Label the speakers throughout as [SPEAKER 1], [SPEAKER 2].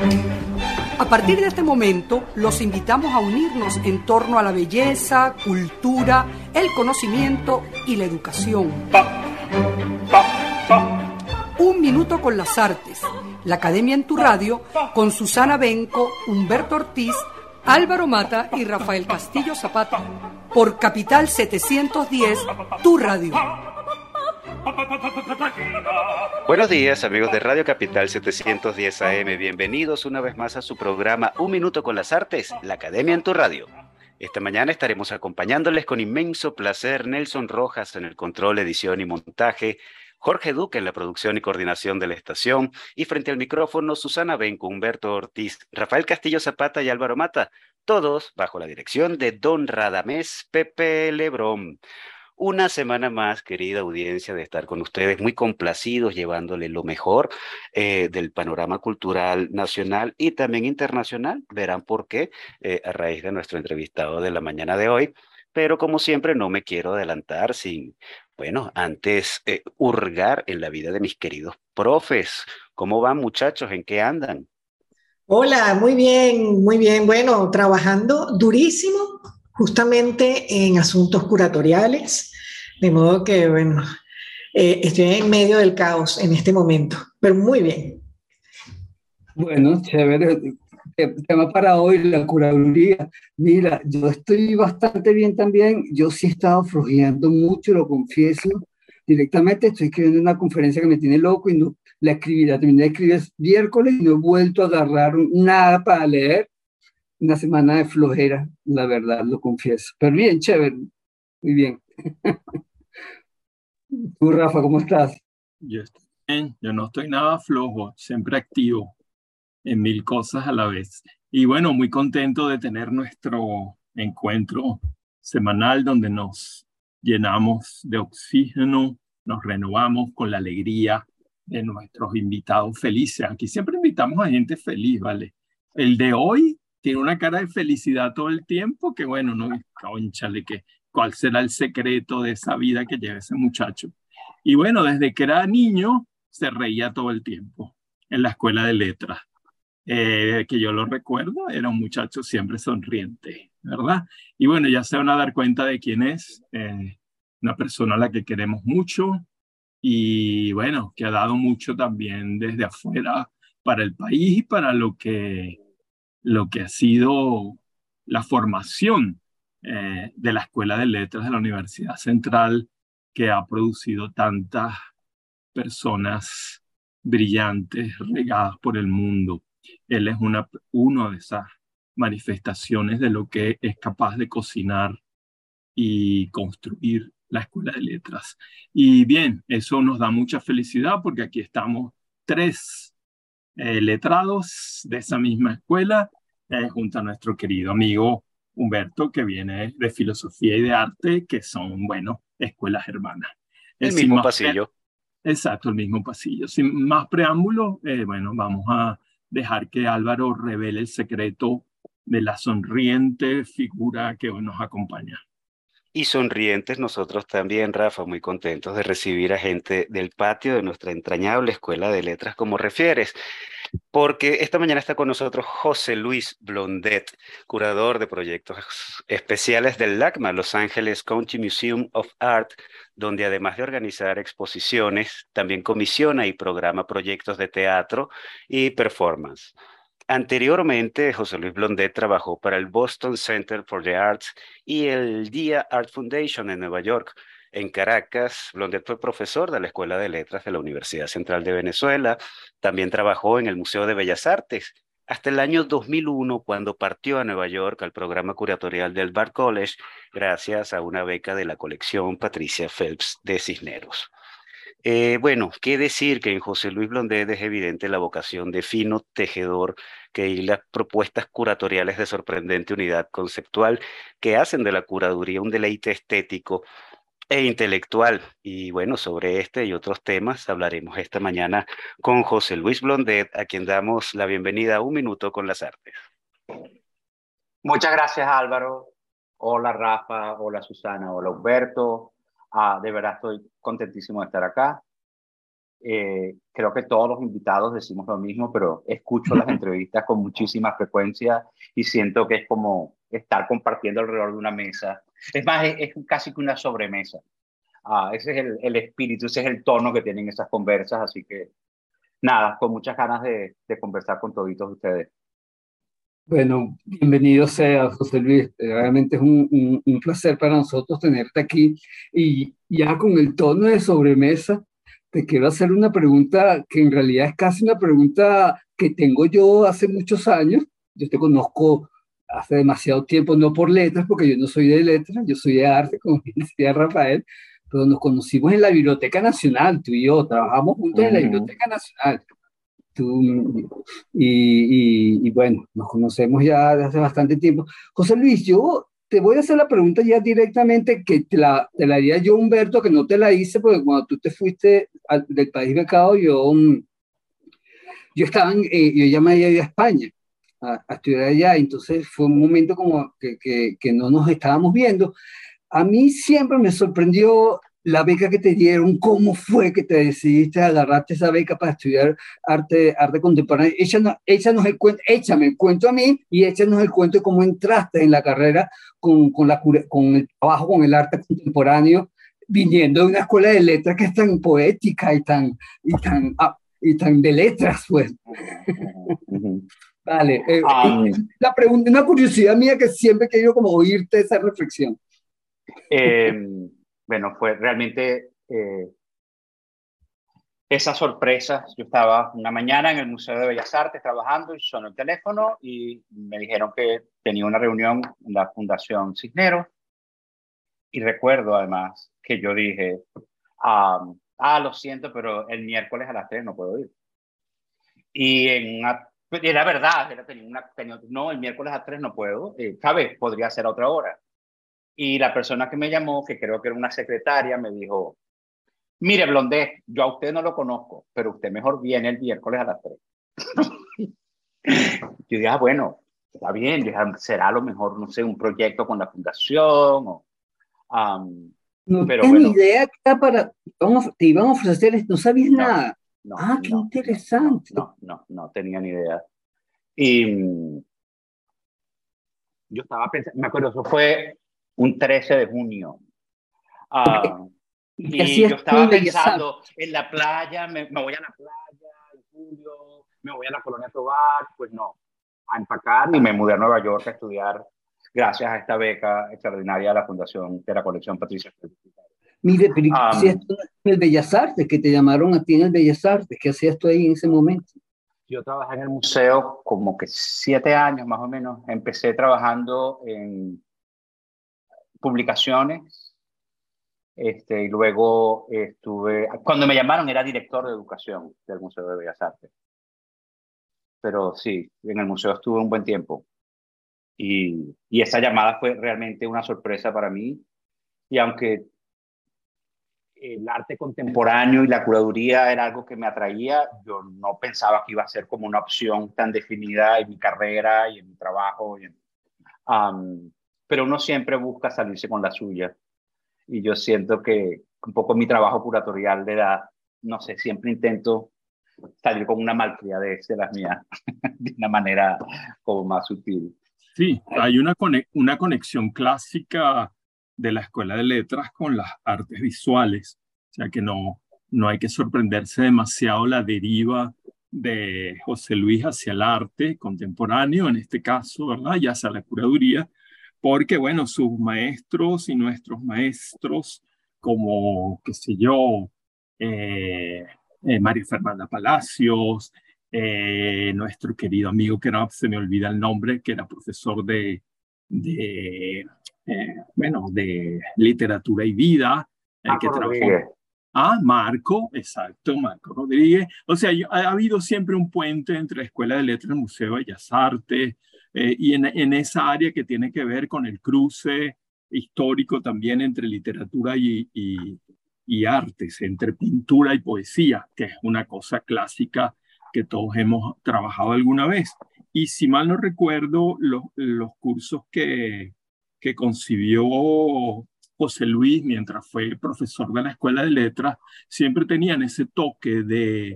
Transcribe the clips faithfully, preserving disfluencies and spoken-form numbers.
[SPEAKER 1] A partir de este momento, los invitamos a unirnos en torno a la belleza, cultura, el conocimiento y la educación. Un minuto con las artes. La Academia en tu Radio, con Susana Benco, Humberto Ortiz, Álvaro Mata y Rafael Castillo Zapata. Por Capital setecientos diez, tu radio.
[SPEAKER 2] Buenos días, amigos de Radio Capital setecientos diez A M. Bienvenidos una vez más a su programa Un Minuto con las Artes, la Academia en tu Radio. Esta mañana estaremos acompañándoles con inmenso placer Nelson Rojas en el control, edición y montaje, Jorge Duque en la producción y coordinación de la estación, y frente al micrófono Susana Benco, Humberto Ortiz, Rafael Castillo Zapata y Álvaro Mata, todos bajo la dirección de Don Radamés Pepe Lebrón. Una semana más, querida audiencia, de estar con ustedes muy complacidos, llevándole lo mejor eh, del panorama cultural nacional y también internacional. Verán por qué eh, a raíz de nuestro entrevistado de la mañana de hoy. Pero como siempre no me quiero adelantar sin, bueno, antes eh, hurgar en la vida de mis queridos profes. ¿Cómo van, muchachos? ¿En qué andan?
[SPEAKER 3] Hola, muy bien, muy bien. Bueno, trabajando durísimo justamente en asuntos curatoriales, de modo que, bueno, eh, estoy en medio del caos en este momento, pero muy bien.
[SPEAKER 4] Bueno, chévere. El tema para hoy, la curaduría. Mira, yo estoy bastante bien también. Yo sí he estado flojeando mucho, lo confieso. Directamente estoy escribiendo una conferencia que me tiene loco y no la escribí, la terminé de escribir el miércoles y no he vuelto a agarrar nada para leer. Una semana de flojera, la verdad, lo confieso. Pero bien, chévere. Muy bien. Tú, Rafa, ¿cómo estás?
[SPEAKER 5] Yo estoy bien, yo no estoy nada flojo, siempre activo en mil cosas a la vez. Y bueno, muy contento de tener nuestro encuentro semanal donde nos llenamos de oxígeno, nos renovamos con la alegría de nuestros invitados felices. Aquí siempre invitamos a gente feliz, ¿vale? El de hoy tiene una cara de felicidad todo el tiempo, que bueno, no, cónchale, que cuál será el secreto de esa vida que lleva ese muchacho. Y bueno, desde que era niño se reía todo el tiempo en la escuela de letras. Eh, que yo lo recuerdo, era un muchacho siempre sonriente, ¿verdad? Y bueno, ya se van a dar cuenta de quién es, eh, una persona a la que queremos mucho y bueno, que ha dado mucho también desde afuera para el país y para lo que, lo que ha sido la formación eh, de la Escuela de Letras de la Universidad Central, que ha producido tantas personas brillantes regadas por el mundo. Él es una, uno de esas manifestaciones de lo que es capaz de cocinar y construir la Escuela de Letras. Y bien, eso nos da mucha felicidad porque aquí estamos tres eh, letrados de esa misma escuela, eh, junto a nuestro querido amigo Humberto, que viene de Filosofía y de Arte, que son, bueno, escuelas hermanas.
[SPEAKER 2] El mismo pasillo.
[SPEAKER 5] Exacto, el mismo pasillo. Sin más preámbulos, eh, bueno, vamos a dejar que Álvaro revele el secreto de la sonriente figura que hoy nos acompaña.
[SPEAKER 2] Y sonrientes nosotros también, Rafa, muy contentos de recibir a gente del patio de nuestra entrañable Escuela de Letras, como refieres, porque esta mañana está con nosotros José Luis Blondet, curador de proyectos especiales del LACMA, Los Ángeles County Museum of Art, donde además de organizar exposiciones, también comisiona y programa proyectos de teatro y performance. Anteriormente, José Luis Blondet trabajó para el Boston Center for the Arts y el Dia Art Foundation en Nueva York. En Caracas, Blondet fue profesor de la Escuela de Letras de la Universidad Central de Venezuela. También trabajó en el Museo de Bellas Artes hasta el año dos mil uno, cuando partió a Nueva York al programa curatorial del Bard College, gracias a una beca de la colección Patricia Phelps de Cisneros. Eh, bueno, qué decir que en José Luis Blondet es evidente la vocación de fino tejedor que y las propuestas curatoriales de sorprendente unidad conceptual que hacen de la curaduría un deleite estético e intelectual. Y bueno, sobre este y otros temas hablaremos esta mañana con José Luis Blondet, a quien damos la bienvenida a Un Minuto con las Artes.
[SPEAKER 6] Muchas gracias, Álvaro. Hola, Rafa. Hola, Susana. Hola, Humberto. Ah, de verdad estoy contentísimo de estar acá. Eh, creo que todos los invitados decimos lo mismo, pero escucho las entrevistas con muchísima frecuencia y siento que es como estar compartiendo alrededor de una mesa. Es más, es, es casi que una sobremesa. Ah, ese es el, el espíritu, ese es el tono que tienen esas conversas, así que nada, con muchas ganas de, de conversar con todos ustedes.
[SPEAKER 4] Bueno, bienvenido sea, José Luis. Realmente es un, un, un placer para nosotros tenerte aquí. Y ya con el tono de sobremesa, te quiero hacer una pregunta que en realidad es casi una pregunta que tengo yo hace muchos años. Yo te conozco hace demasiado tiempo, no por letras, porque yo no soy de letras, yo soy de arte, como decía Rafael, pero nos conocimos en la Biblioteca Nacional, tú y yo, trabajamos juntos en la Biblioteca Nacional. Tú, y, y, y bueno, nos conocemos ya desde hace bastante tiempo. José Luis, yo te voy a hacer la pregunta ya directamente que te la, te la haría yo, Humberto, que no te la hice, porque cuando tú te fuiste al, del país becado, yo, yo estaba en, eh, yo ya me había ido a España a, a estudiar allá, entonces fue un momento como que, que, que no nos estábamos viendo. A mí siempre me sorprendió la beca que te dieron, cómo fue que te decidiste a agarrarte esa beca para estudiar arte, arte contemporáneo. Échanos, échanos el cuento, échame el cuento a mí y échanos el cuento de cómo entraste en la carrera con, con, la, con el trabajo con el arte contemporáneo, viniendo de una escuela de letras que es tan poética y tan, y tan, ah, y tan de letras, pues. Vale. Eh, um, la pregunta, una curiosidad mía que siempre he querido como oírte esa reflexión.
[SPEAKER 6] Eh, bueno, fue realmente eh, esa sorpresa. Yo estaba una mañana en el Museo de Bellas Artes trabajando y sonó el teléfono y me dijeron que tenía una reunión en la Fundación Cisneros. Y recuerdo además que yo dije, um, ah, lo siento, pero el miércoles a las tres no puedo ir. Y en una, era verdad, era, tenía una, tenía, no, el miércoles a las tres no puedo, eh, ¿sabes? Podría ser a otra hora. Y la persona que me llamó, que creo que era una secretaria, me dijo, mire, Blondet, yo a usted no lo conozco, pero usted mejor viene el miércoles a las tres. Yo dije, ah, bueno, está bien, yo dije, será a lo mejor, no sé, un proyecto con la fundación. O, um,
[SPEAKER 4] no
[SPEAKER 6] pero
[SPEAKER 4] tenía
[SPEAKER 6] bueno,
[SPEAKER 4] ni idea que era para, te iban a ofrecer, no sabías
[SPEAKER 6] no,
[SPEAKER 4] nada.
[SPEAKER 6] No,
[SPEAKER 4] ah, qué
[SPEAKER 6] no,
[SPEAKER 4] interesante.
[SPEAKER 6] No, no, no, no tenía ni idea. Y um, yo estaba pensando, me acuerdo, eso fue un trece de junio. Uh, y yo estaba pensando en la playa, me, me voy a la playa en julio, me voy a la Colonia Tovar, pues no, a empacar y me mudé a Nueva York a estudiar gracias a esta beca extraordinaria de la Fundación de la Colección Patricia.
[SPEAKER 4] Mire, pero ¿qué um, hacías tú en el Bellas Artes? Que te llamaron a ti en el Bellas Artes. ¿Qué hacías tú ahí en ese momento?
[SPEAKER 6] Yo trabajé en el museo como que siete años más o menos. Empecé trabajando en publicaciones. Este, y luego estuve, cuando me llamaron era director de educación del Museo de Bellas Artes. Pero sí, en el museo estuve un buen tiempo. Y, y esa llamada fue realmente una sorpresa para mí. Y aunque el arte contemporáneo y la curaduría era algo que me atraía, yo no pensaba que iba a ser como una opción tan definida en mi carrera y en mi trabajo. Y en, um, pero uno siempre busca salirse con la suya. Y yo siento que un poco mi trabajo curatorial le da, no sé, siempre intento salir con una malcriadez de las mías, de una manera como más sutil.
[SPEAKER 5] Sí, hay una, conex una conexión clásica de la Escuela de Letras con las artes visuales, o sea que no, no hay que sorprenderse demasiado la deriva de José Luis hacia el arte contemporáneo, en este caso, ¿verdad? Ya hacia la curaduría, porque, bueno, sus maestros y nuestros maestros, como, qué sé yo, eh, eh, María Fernanda Palacios, eh, nuestro querido amigo, que no se me olvida el nombre, que era profesor de, de eh, bueno, de literatura y vida, eh, que trabajó. Ah, Marco, exacto, Marco Rodríguez. O sea, ha, ha habido siempre un puente entre la Escuela de Letras y el Museo de Bellas Artes, eh, y en, en esa área que tiene que ver con el cruce histórico también entre literatura y, y, y artes, entre pintura y poesía, que es una cosa clásica que todos hemos trabajado alguna vez. Y si mal no recuerdo, los, los cursos que, que concibió José Luis, mientras fue profesor de la Escuela de Letras, siempre tenían ese toque de,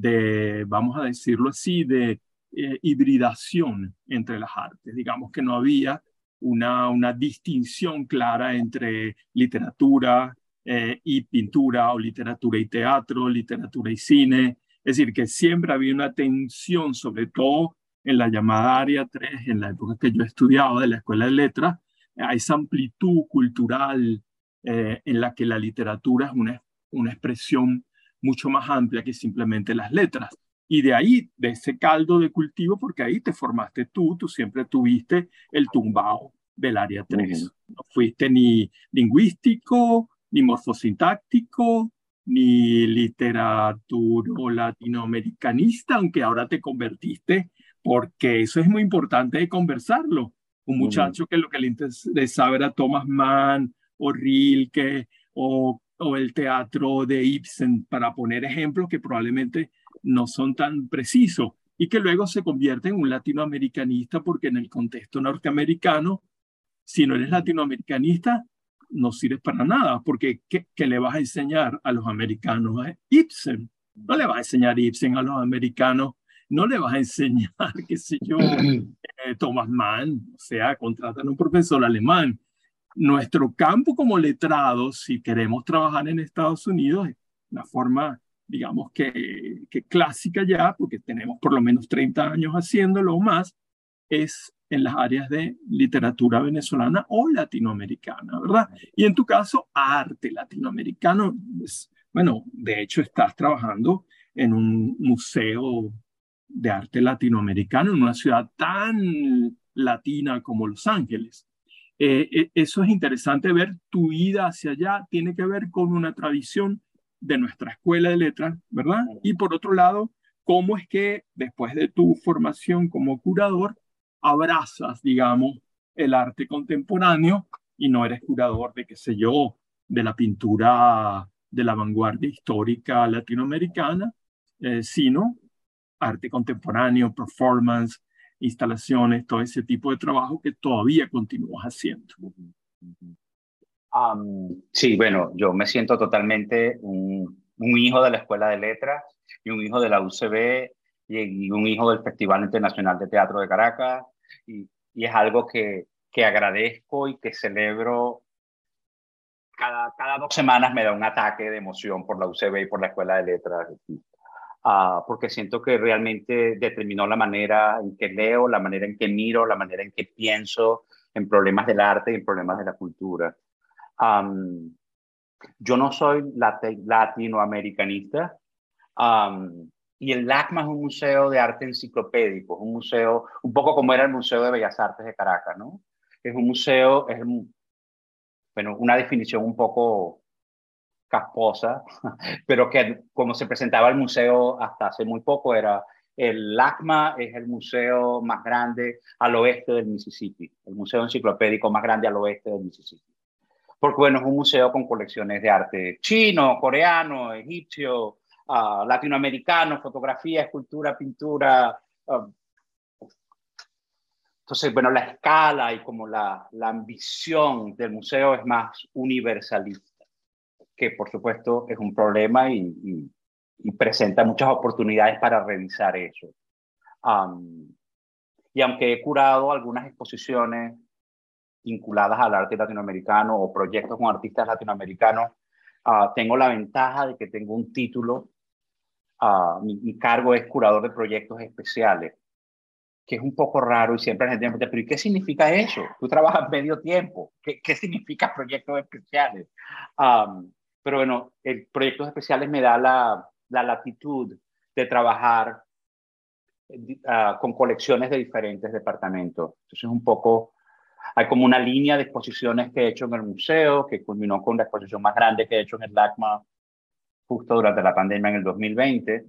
[SPEAKER 5] de vamos a decirlo así, de eh, hibridación entre las artes. Digamos que no había una, una distinción clara entre literatura eh, y pintura, o literatura y teatro, literatura y cine. Es decir, que siempre había una tensión, sobre todo en la llamada Área tres, en la época que yo estudiaba de la Escuela de Letras, a esa amplitud cultural eh, en la que la literatura es una, una expresión mucho más amplia que simplemente las letras. Y de ahí, de ese caldo de cultivo, porque ahí te formaste tú, tú siempre tuviste el tumbao del área tres. Uh-huh. No fuiste ni lingüístico, ni morfosintáctico, ni literatura latinoamericanista, aunque ahora te convertiste, porque eso es muy importante de conversarlo. Un muchacho que lo que le interesaba era Thomas Mann o Rilke o, o el teatro de Ibsen, para poner ejemplos que probablemente no son tan precisos, y que luego se convierte en un latinoamericanista, porque en el contexto norteamericano, si no eres latinoamericanista, no sirves para nada, porque ¿qué, qué le vas a enseñar a los americanos? ¿Eh? Ibsen. No le vas a enseñar Ibsen a los americanos. No le vas a enseñar, qué sé yo, eh, Thomas Mann, o sea, contratan a un profesor alemán. Nuestro campo como letrados, si queremos trabajar en Estados Unidos, es una forma, digamos, que, que clásica ya, porque tenemos por lo menos treinta años haciéndolo o más, es en las áreas de literatura venezolana o latinoamericana, ¿verdad? Y en tu caso, arte latinoamericano. Pues, bueno, de hecho, estás trabajando en un museo de arte latinoamericano en una ciudad tan latina como Los Ángeles. Eh, eso es interesante ver. Tu ida hacia allá tiene que ver con una tradición de nuestra escuela de letras, ¿verdad? Y por otro lado, cómo es que después de tu formación como curador abrazas, digamos, el arte contemporáneo y no eres curador de, qué sé yo, de la pintura de la vanguardia histórica latinoamericana, eh, sino arte contemporáneo, performance, instalaciones, todo ese tipo de trabajo que todavía continúas haciendo.
[SPEAKER 6] Um, sí, bueno, yo me siento totalmente un, un hijo de la Escuela de Letras y un hijo de la U C B y, y un hijo del Festival Internacional de Teatro de Caracas, y, y es algo que, que agradezco y que celebro. Cada, cada dos semanas me da un ataque de emoción por la U C B y por la Escuela de Letras. Uh, porque siento que realmente determinó la manera en que leo, la manera en que miro, la manera en que pienso en problemas del arte y en problemas de la cultura. Um, yo no soy lati- latinoamericanista, um, y el LACMA es un museo de arte enciclopédico, es un museo un poco como era el Museo de Bellas Artes de Caracas, ¿no? Es un museo, es un, bueno, una definición un poco casposa, pero que como se presentaba el museo hasta hace muy poco, era el LACMA es el museo más grande al oeste del Mississippi, el museo enciclopédico más grande al oeste del Mississippi. Porque bueno, es un museo con colecciones de arte chino, coreano, egipcio, uh, latinoamericano, fotografía, escultura, pintura. Uh, entonces, bueno, la escala y como la, la ambición del museo es más universalista, que por supuesto es un problema y, y, y presenta muchas oportunidades para revisar eso. Um, y aunque he curado algunas exposiciones vinculadas al arte latinoamericano o proyectos con artistas latinoamericanos, uh, tengo la ventaja de que tengo un título. Uh, mi, mi cargo es curador de proyectos especiales, que es un poco raro, y siempre la gente me pregunta, pero ¿y qué significa eso? Tú trabajas medio tiempo. ¿Qué, qué significa proyectos especiales? Um, pero bueno, el proyectos especiales me da la, la latitud de trabajar uh, con colecciones de diferentes departamentos. Entonces un poco, hay como una línea de exposiciones que he hecho en el museo, que culminó con la exposición más grande que he hecho en el LACMA justo durante la pandemia en el dos mil veinte.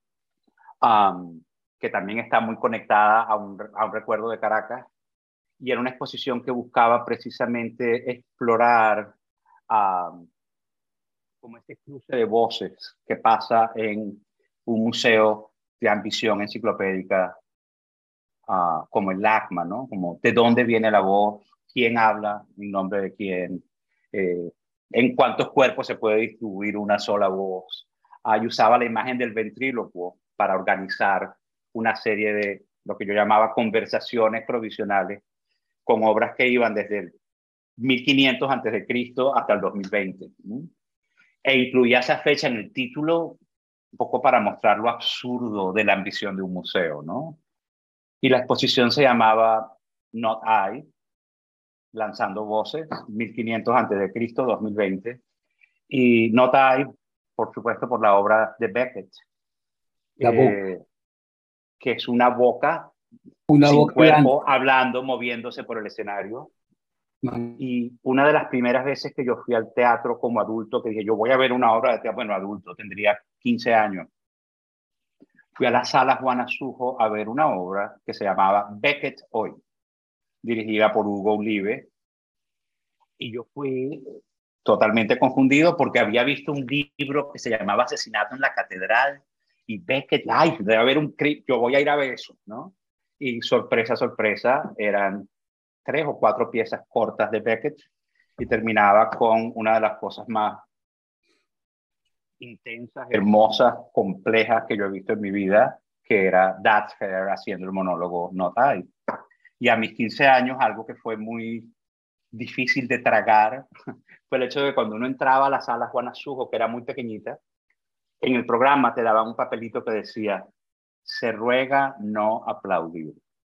[SPEAKER 6] Um, que también está muy conectada a un, a un recuerdo de Caracas, y era una exposición que buscaba precisamente explorar um, como este cruce de voces que pasa en un museo de ambición enciclopédica uh, como el LACMA, ¿no? Como de dónde viene la voz, quién habla, en nombre de quién, eh, en cuántos cuerpos se puede distribuir una sola voz. Ah, yo usaba la imagen del ventrílocuo para organizar una serie de lo que yo llamaba conversaciones provisionales con obras que iban desde el mil quinientos antes de Cristo hasta el dos mil veinte. ¿Sí? E incluía esa fecha en el título un poco para mostrar lo absurdo de la ambición de un museo, ¿no? Y la exposición se llamaba Not I, lanzando voces, mil quinientos antes de Cristo, dos mil veinte. Y Not I, por supuesto, por la obra de Beckett.
[SPEAKER 4] La
[SPEAKER 6] eh,
[SPEAKER 4] boca.
[SPEAKER 6] Que es una boca
[SPEAKER 4] Una
[SPEAKER 6] sin
[SPEAKER 4] boca
[SPEAKER 6] cuerpo,
[SPEAKER 4] blanca.
[SPEAKER 6] hablando, moviéndose por el escenario.
[SPEAKER 4] Man.
[SPEAKER 6] Y una de las primeras veces que yo fui al teatro como adulto, que dije, yo voy a ver una obra de teatro, bueno, adulto, tendría quince años. Fui a la sala Juana Sujo a ver una obra que se llamaba Beckett Hoy, dirigida por Hugo Ulibe. Y yo fui totalmente confundido porque había visto un libro que se llamaba Asesinato en la Catedral y Beckett, ay, debe haber un crimen, yo voy a ir a ver eso, ¿no? Y sorpresa, sorpresa, eran tres o cuatro piezas cortas de Beckett y terminaba con una de las cosas más intensas, hermosas, complejas que yo he visto en mi vida, que era That's Fair haciendo el monólogo Not I. Y a mis quince años, algo que fue muy difícil de tragar fue el hecho de que cuando uno entraba a la sala Juana Sujo, que era muy pequeñita, en el programa te daban un papelito que decía, se ruega no aplaudir.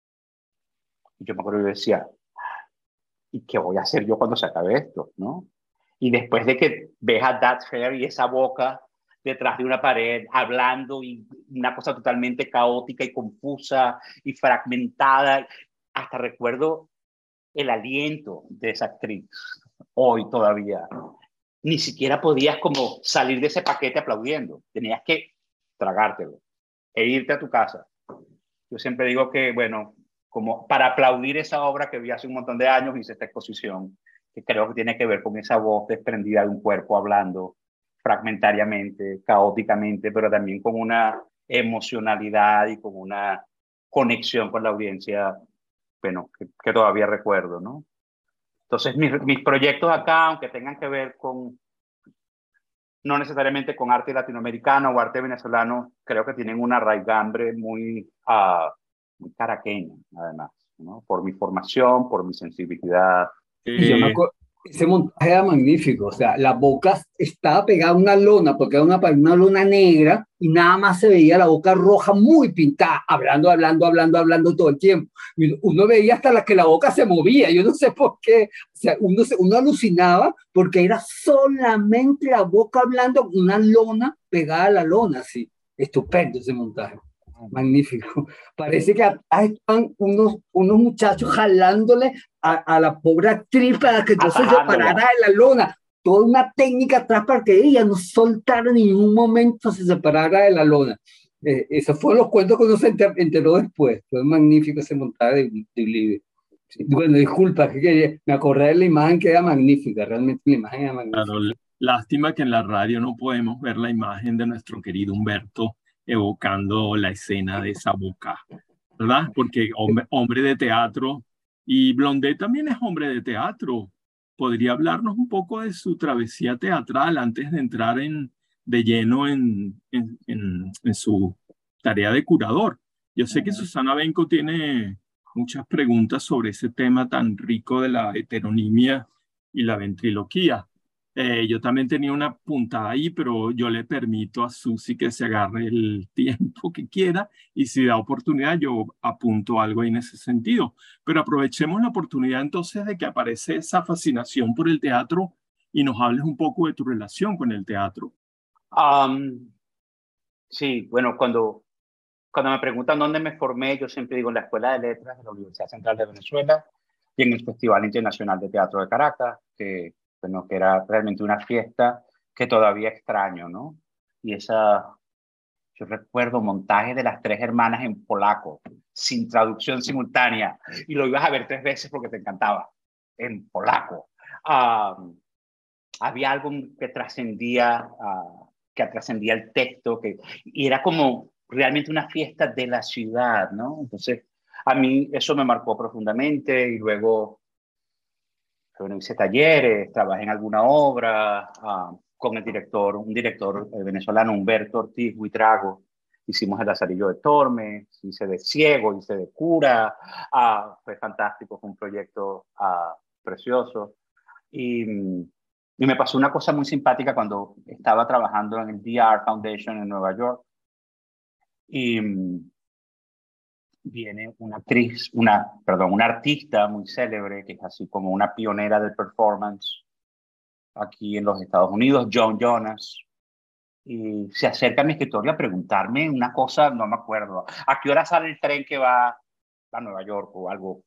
[SPEAKER 6] Y yo me acuerdo y decía, ¿y qué voy a hacer yo cuando se acabe esto? ¿No? Y después de que ves a That's Fair y esa boca detrás de una pared, hablando y una cosa totalmente caótica y confusa y fragmentada, hasta recuerdo el aliento de esa actriz, hoy todavía. Ni siquiera podías como salir de ese paquete aplaudiendo, tenías que tragártelo e irte a tu casa. Yo siempre digo que, bueno, como para aplaudir esa obra que vi hace un montón de años, hice esta exposición, que creo que tiene que ver con esa voz desprendida de un cuerpo hablando fragmentariamente, caóticamente, pero también con una emocionalidad y con una conexión con la audiencia, bueno, que, que todavía recuerdo, ¿no? Entonces, mis, mis proyectos acá, aunque tengan que ver con, no necesariamente con arte latinoamericano o arte venezolano, creo que tienen una raigambre muy, uh, muy caraqueña, además, ¿no? Por mi formación, por mi sensibilidad.
[SPEAKER 4] Y yo me
[SPEAKER 5] Eh,
[SPEAKER 4] acuerdo, ese montaje era magnífico, o sea, la boca estaba pegada a una lona, porque era una, una lona negra, y nada más se veía la boca roja muy pintada, hablando, hablando, hablando, hablando todo el tiempo. Y uno veía hasta la que la boca se movía, yo no sé por qué, o sea, uno, uno alucinaba porque era solamente la boca hablando, una lona pegada a la lona, así. Estupendo ese montaje. Magnífico. Parece que atrás están unos, unos muchachos jalándole a, a la pobre actriz para que entonces se parara de la lona. Toda una técnica atrás para que ella no soltara en ningún momento, se separara de la lona. Eh, esos fueron los cuentos que uno se enteró después. Fue magnífico ese montaje de, de Ulibe. Sí, bueno, disculpa, que, que me acordé de la imagen que era magnífica, realmente la imagen era magnífica.
[SPEAKER 5] Claro, lástima que en la radio no podemos ver la imagen de nuestro querido Humberto evocando la escena de esa boca, ¿verdad? Porque hombre, hombre de teatro, y Blondet también es hombre de teatro. ¿Podría hablarnos un poco de su travesía teatral antes de entrar en, de lleno en, en, en, en su tarea de curador? Yo sé que Susana Benco tiene muchas preguntas sobre ese tema tan rico de la heteronimia y la ventriloquía. Eh, yo también tenía una puntada ahí, pero yo le permito a Susi que se agarre el tiempo que quiera y si da oportunidad yo apunto algo en ese sentido. Pero aprovechemos la oportunidad entonces de que aparece esa fascinación por el teatro y nos hables un poco de tu relación con el teatro.
[SPEAKER 6] Um, sí, bueno, cuando, cuando me preguntan dónde me formé, yo siempre digo en la Escuela de Letras de la Universidad Central de Venezuela y en el Festival Internacional de Teatro de Caracas, que bueno, que era realmente una fiesta que todavía extraño, ¿no? Y esa, yo recuerdo montaje de las tres hermanas en polaco, sin traducción simultánea, y lo ibas a ver tres veces porque te encantaba, en polaco. Um, había algo que trascendía, uh, que trascendía el texto, que, y era como realmente una fiesta de la ciudad, ¿no? Entonces, a mí eso me marcó profundamente, y luego bueno, hice talleres, trabajé en alguna obra uh, con el director, un director eh, venezolano, Humberto Ortiz Huitrago. Hicimos El Lazarillo de Tormes, hice de ciego, hice de cura. Uh, fue fantástico, fue un proyecto uh, precioso. Y, y me pasó una cosa muy simpática cuando estaba trabajando en el D R Foundation en Nueva York. Y viene una actriz, una, perdón, una artista muy célebre, que es así como una pionera del performance aquí en los Estados Unidos, Joan Jonas, y se acerca a mi escritorio a preguntarme una cosa, no me acuerdo, ¿a qué hora sale el tren que va a Nueva York o algo?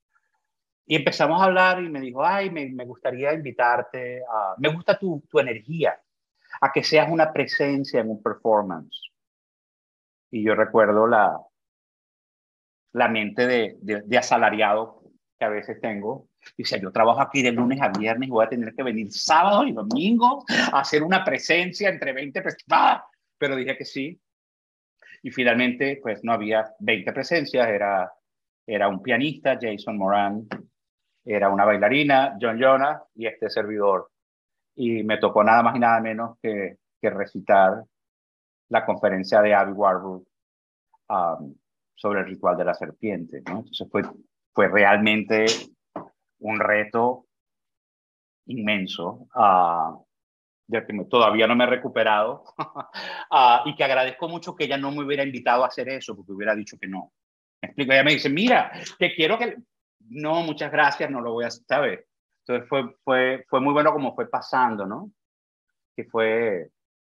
[SPEAKER 6] Y empezamos a hablar y me dijo, ay, me, me gustaría invitarte, a, me gusta tu, tu energía, a que seas una presencia en un performance. Y yo recuerdo la, la mente de, de, de asalariado que a veces tengo. Dice, yo trabajo aquí de lunes a viernes y voy a tener que venir sábado y domingo a hacer una presencia entre veinte personas. ¡Ah! Pero dije que sí. Y finalmente, pues no había veinte presencias. Era, era un pianista, Jason Moran. Era una bailarina, Joan Jonas, y este servidor. Y me tocó nada más y nada menos que, que recitar la conferencia de Abby Warburg um, sobre el ritual de la serpiente, ¿no? Entonces fue, fue realmente un reto inmenso, uh, del que me, todavía no me he recuperado, uh, y que agradezco mucho que ella no me hubiera invitado a hacer eso, porque hubiera dicho que no. Me explico, ella me dice, mira, te quiero que... No, muchas gracias, no lo voy a hacer, ¿sabes? Entonces fue, fue, fue muy bueno como fue pasando, ¿no? Que fue,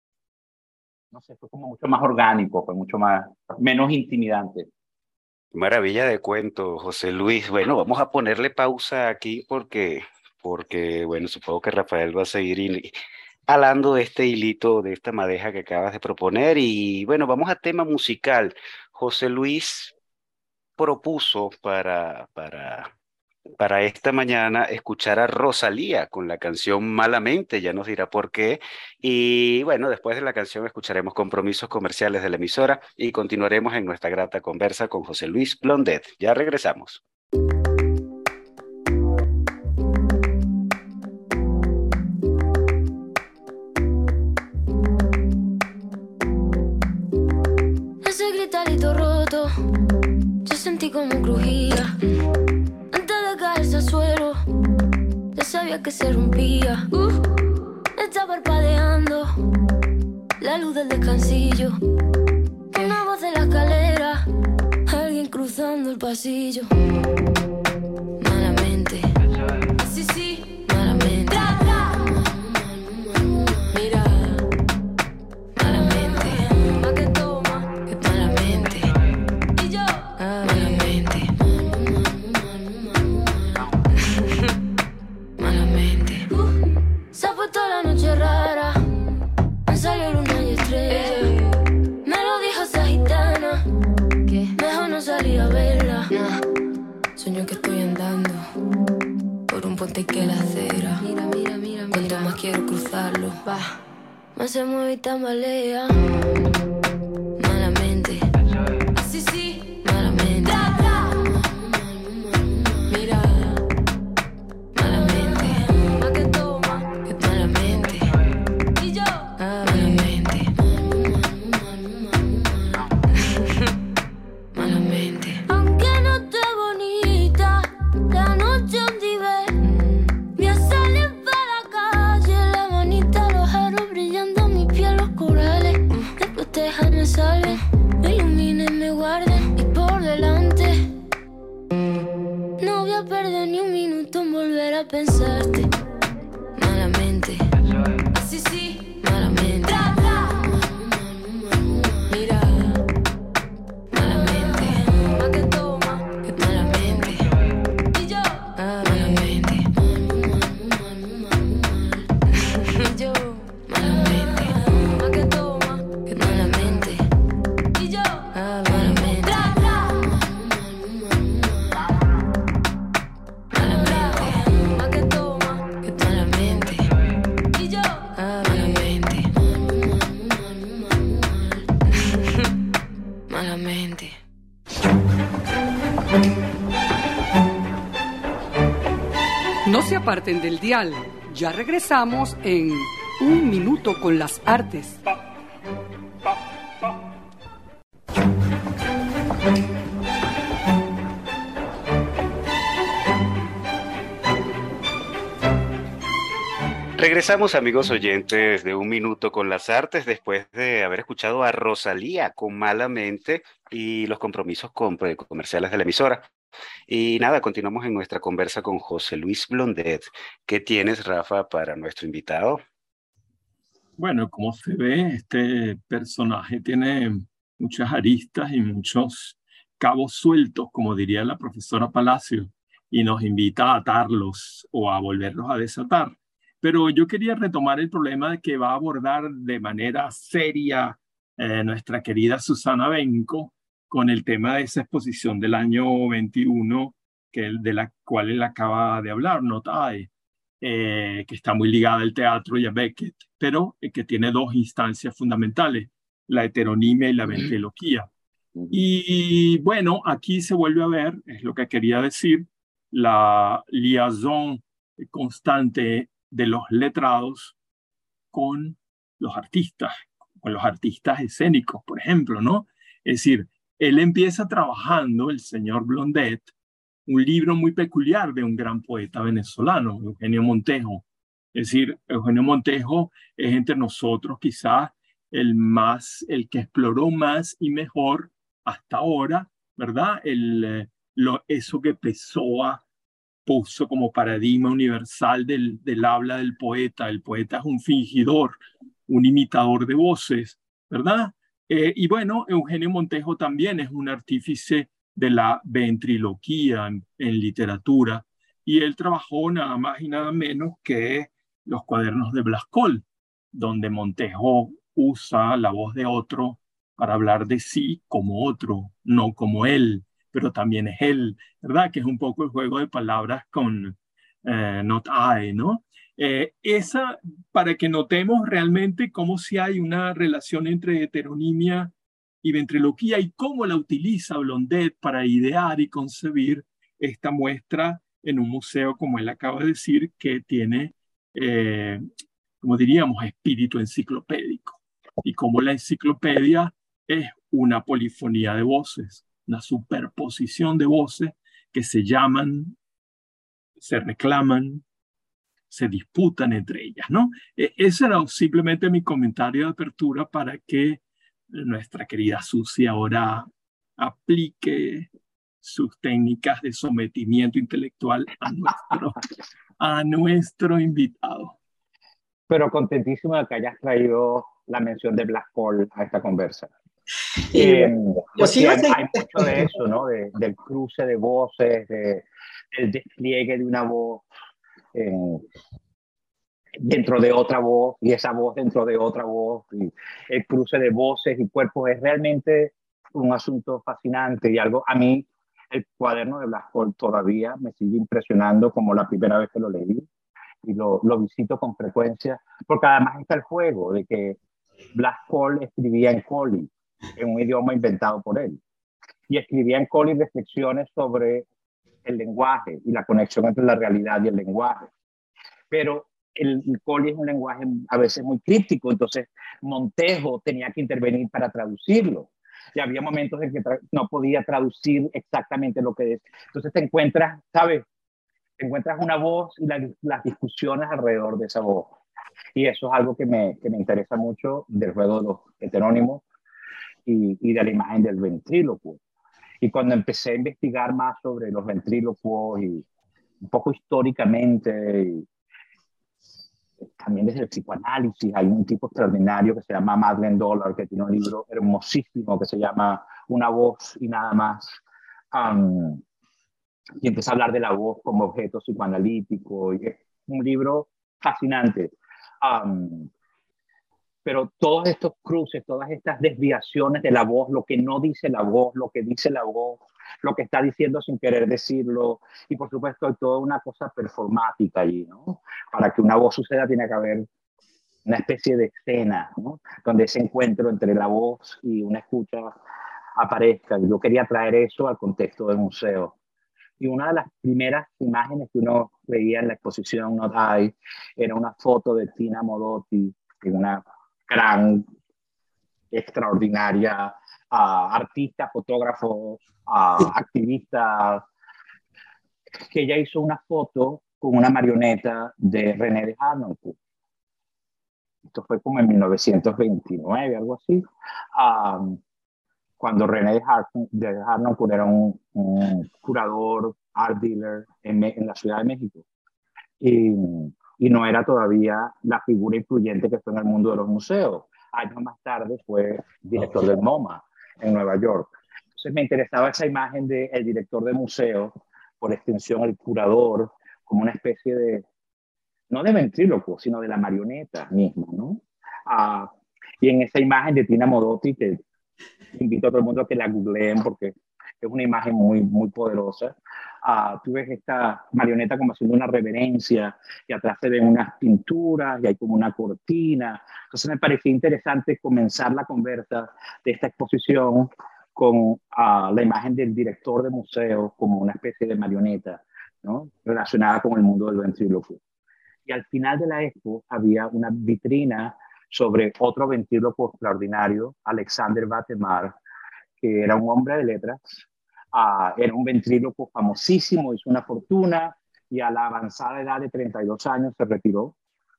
[SPEAKER 6] no sé, fue como mucho más orgánico, fue mucho más, menos intimidante.
[SPEAKER 2] Maravilla de cuento, José Luis. Bueno, vamos a ponerle pausa aquí porque, porque bueno, supongo que Rafael va a seguir hablando de este hilito, de esta madeja que acabas de proponer. Y bueno, vamos a tema musical. José Luis propuso para, para, para esta mañana escuchar a Rosalía con la canción Malamente, ya nos dirá por qué. Y bueno, después de la canción escucharemos compromisos comerciales de la emisora y continuaremos en nuestra grata conversa con José Luis Blondet. Ya regresamos.
[SPEAKER 7] Ese gritarito roto, yo sentí como crujía. Antes de caerse al suelo, ya sabía que se rompía. Uh, está parpadeando la luz del descansillo. Una voz de la escalera, alguien cruzando el pasillo. Malamente, sí, sí, malamente. Mira, malamente, más que toma, que malamente. Y yo, malamente. Malamente. Uh, se ha puesto la noche rara, me salió luna y estrella. Me lo dijo esa gitana, que mejor no salir a verla. Nah. Sueño que estoy andando por un puente que la acera. Mira, mira, mira, cuanto más quiero cruzarlo, va, más se mueve y tambalea. Malamente, sí, sí, malamente. Mira, malamente, más que toma, que malamente. Y yo, malamente. Malamente. Aunque no esté bonita, la noche donde ve, voy a salir para la calle, la manita, los aros brillando, mi piel, los corales. Después déjame salve, me iluminen, me guarden y por delante. No voy a perder ni un minuto en volver a pensarte. Malamente, sí, sí, malamente. Mira, malamente, más que toma, que malamente. Y yo, malamente. Yo, malamente, más que toma, que malamente. Y yo, malamente. Malamente, más que toma, que malamente. Y yo, malamente. Malamente.
[SPEAKER 1] No se aparten del dial. Ya regresamos en Un Minuto con las Artes.
[SPEAKER 2] Regresamos, amigos oyentes, de Un Minuto con las Artes, después de haber escuchado a Rosalía con Malamente y los compromisos con, comerciales de la emisora. Y nada, continuamos en nuestra conversa con José Luis Blondet. ¿Qué tienes, Rafa, para nuestro invitado?
[SPEAKER 5] Bueno, como se ve, este personaje tiene muchas aristas y muchos cabos sueltos, como diría la profesora Palacio, y nos invita a atarlos o a volverlos a desatar. Pero yo quería retomar el problema que va a abordar de manera seria eh, nuestra querida Susana Benco con el tema de esa exposición del año veintiuno, que, de la cual él acaba de hablar, Not I, eh, que está muy ligada al teatro y a Beckett, pero eh, que tiene dos instancias fundamentales, la heteronimia y la ventriloquía. Y bueno, aquí se vuelve a ver, es lo que quería decir, la liaison constante de los letrados con los artistas, con los artistas escénicos, por ejemplo, ¿no? Es decir, él empieza trabajando, el señor Blondet, un libro muy peculiar de un gran poeta venezolano, Eugenio Montejo. Es decir, Eugenio Montejo es entre nosotros quizás el más, el que exploró más y mejor hasta ahora, ¿verdad? El, lo, eso que Pessoa puso como paradigma universal del, del habla del poeta. El poeta es un fingidor, un imitador de voces, ¿verdad? Eh, y bueno, Eugenio Montejo también es un artífice de la ventriloquía en, en literatura, y él trabajó nada más y nada menos que los cuadernos de Blascol, donde Montejo usa la voz de otro para hablar de sí como otro, no como él, pero también es él, ¿verdad? Que es un poco el juego de palabras con eh, Not I, ¿no? Eh, esa, para que notemos realmente cómo si hay una relación entre heteronimia y ventriloquía y cómo la utiliza Blondet para idear y concebir esta muestra en un museo, como él acaba de decir, que tiene, eh, como diríamos, espíritu enciclopédico. Y como la enciclopedia es una polifonía de voces, una superposición de voces que se llaman, se reclaman, se disputan entre ellas, ¿no? E- ese era simplemente mi comentario de apertura para que nuestra querida Susi ahora aplique sus técnicas de sometimiento intelectual a nuestro, a nuestro invitado.
[SPEAKER 6] Pero contentísimo de que hayas traído la mención de Blascol a esta conversa.
[SPEAKER 3] Y
[SPEAKER 6] Eh,
[SPEAKER 3] yo
[SPEAKER 6] pues
[SPEAKER 3] sí
[SPEAKER 6] sí,
[SPEAKER 3] lo
[SPEAKER 6] hay,
[SPEAKER 3] sé.
[SPEAKER 6] hay mucho de eso, ¿no? De, del cruce de voces, de, del despliegue de una voz eh, dentro de otra voz, y esa voz dentro de otra voz, y el cruce de voces y cuerpos es realmente un asunto fascinante, y algo, a mí el cuaderno de Blascol todavía me sigue impresionando como la primera vez que lo leí, y lo, lo visito con frecuencia, porque además está el juego de que Blascol escribía en Colli, en un idioma inventado por él, y escribía en Colli reflexiones sobre el lenguaje y la conexión entre la realidad y el lenguaje. Pero el, el Colli es un lenguaje a veces muy críptico, entonces Montejo tenía que intervenir para traducirlo. Y había momentos en que no podía traducir exactamente lo que es. Entonces te encuentras, ¿sabes? Te encuentras una voz y la, las discusiones alrededor de esa voz. Y eso es algo que me, que me interesa mucho del juego de los heterónimos y, y de la imagen del ventrílocuo. Y cuando empecé a investigar más sobre los ventrílocuos y un poco históricamente, y también desde el psicoanálisis, hay un tipo extraordinario que se llama Madeleine Dollar, que tiene un libro hermosísimo que se llama Una voz y nada más. Um, y empieza a hablar de la voz como objeto psicoanalítico. Y es un libro fascinante. Um, pero todos estos cruces, todas estas desviaciones de la voz, lo que no dice la voz, lo que dice la voz, lo que está diciendo sin querer decirlo, y por supuesto hay toda una cosa performática allí, ¿no? Para que una voz suceda tiene que haber una especie de escena, ¿no? Donde ese encuentro entre la voz y una escucha aparezca. Y yo quería traer eso al contexto del museo. Y una de las primeras imágenes que uno veía en la exposición Not I era una foto de Tina Modotti, una gran, extraordinaria uh, artista, fotógrafo, uh, activista, que ella hizo una foto con una marioneta de René de Harnoncourt. Esto fue como en mil novecientos veintinueve, algo así, um, cuando René de Harnoncourt era un, un curador, art dealer en, en la Ciudad de México. Y, y no era todavía la figura influyente que fue en el mundo de los museos. Años más tarde fue director del MoMA en Nueva York. Entonces me interesaba esa imagen del director de museo, por extensión el curador, como una especie de, no de ventrílocuo, sino de la marioneta misma, ¿no? Uh, y en esa imagen de Tina Modotti, que invito a todo el mundo a que la googleen porque es una imagen muy, muy poderosa. Uh, tú ves esta marioneta como haciendo una reverencia y atrás se ven unas pinturas y hay como una cortina. Entonces me parecía interesante comenzar la conversa de esta exposición con uh, la imagen del director de museo como una especie de marioneta, ¿no? Relacionada con el mundo del ventrílocuo. Y al final de la expo había una vitrina sobre otro ventrílocuo extraordinario, Alexander Batemar, que era un hombre de letras, uh, era un ventrílocuo famosísimo, hizo una fortuna y a la avanzada edad de treinta y dos años se retiró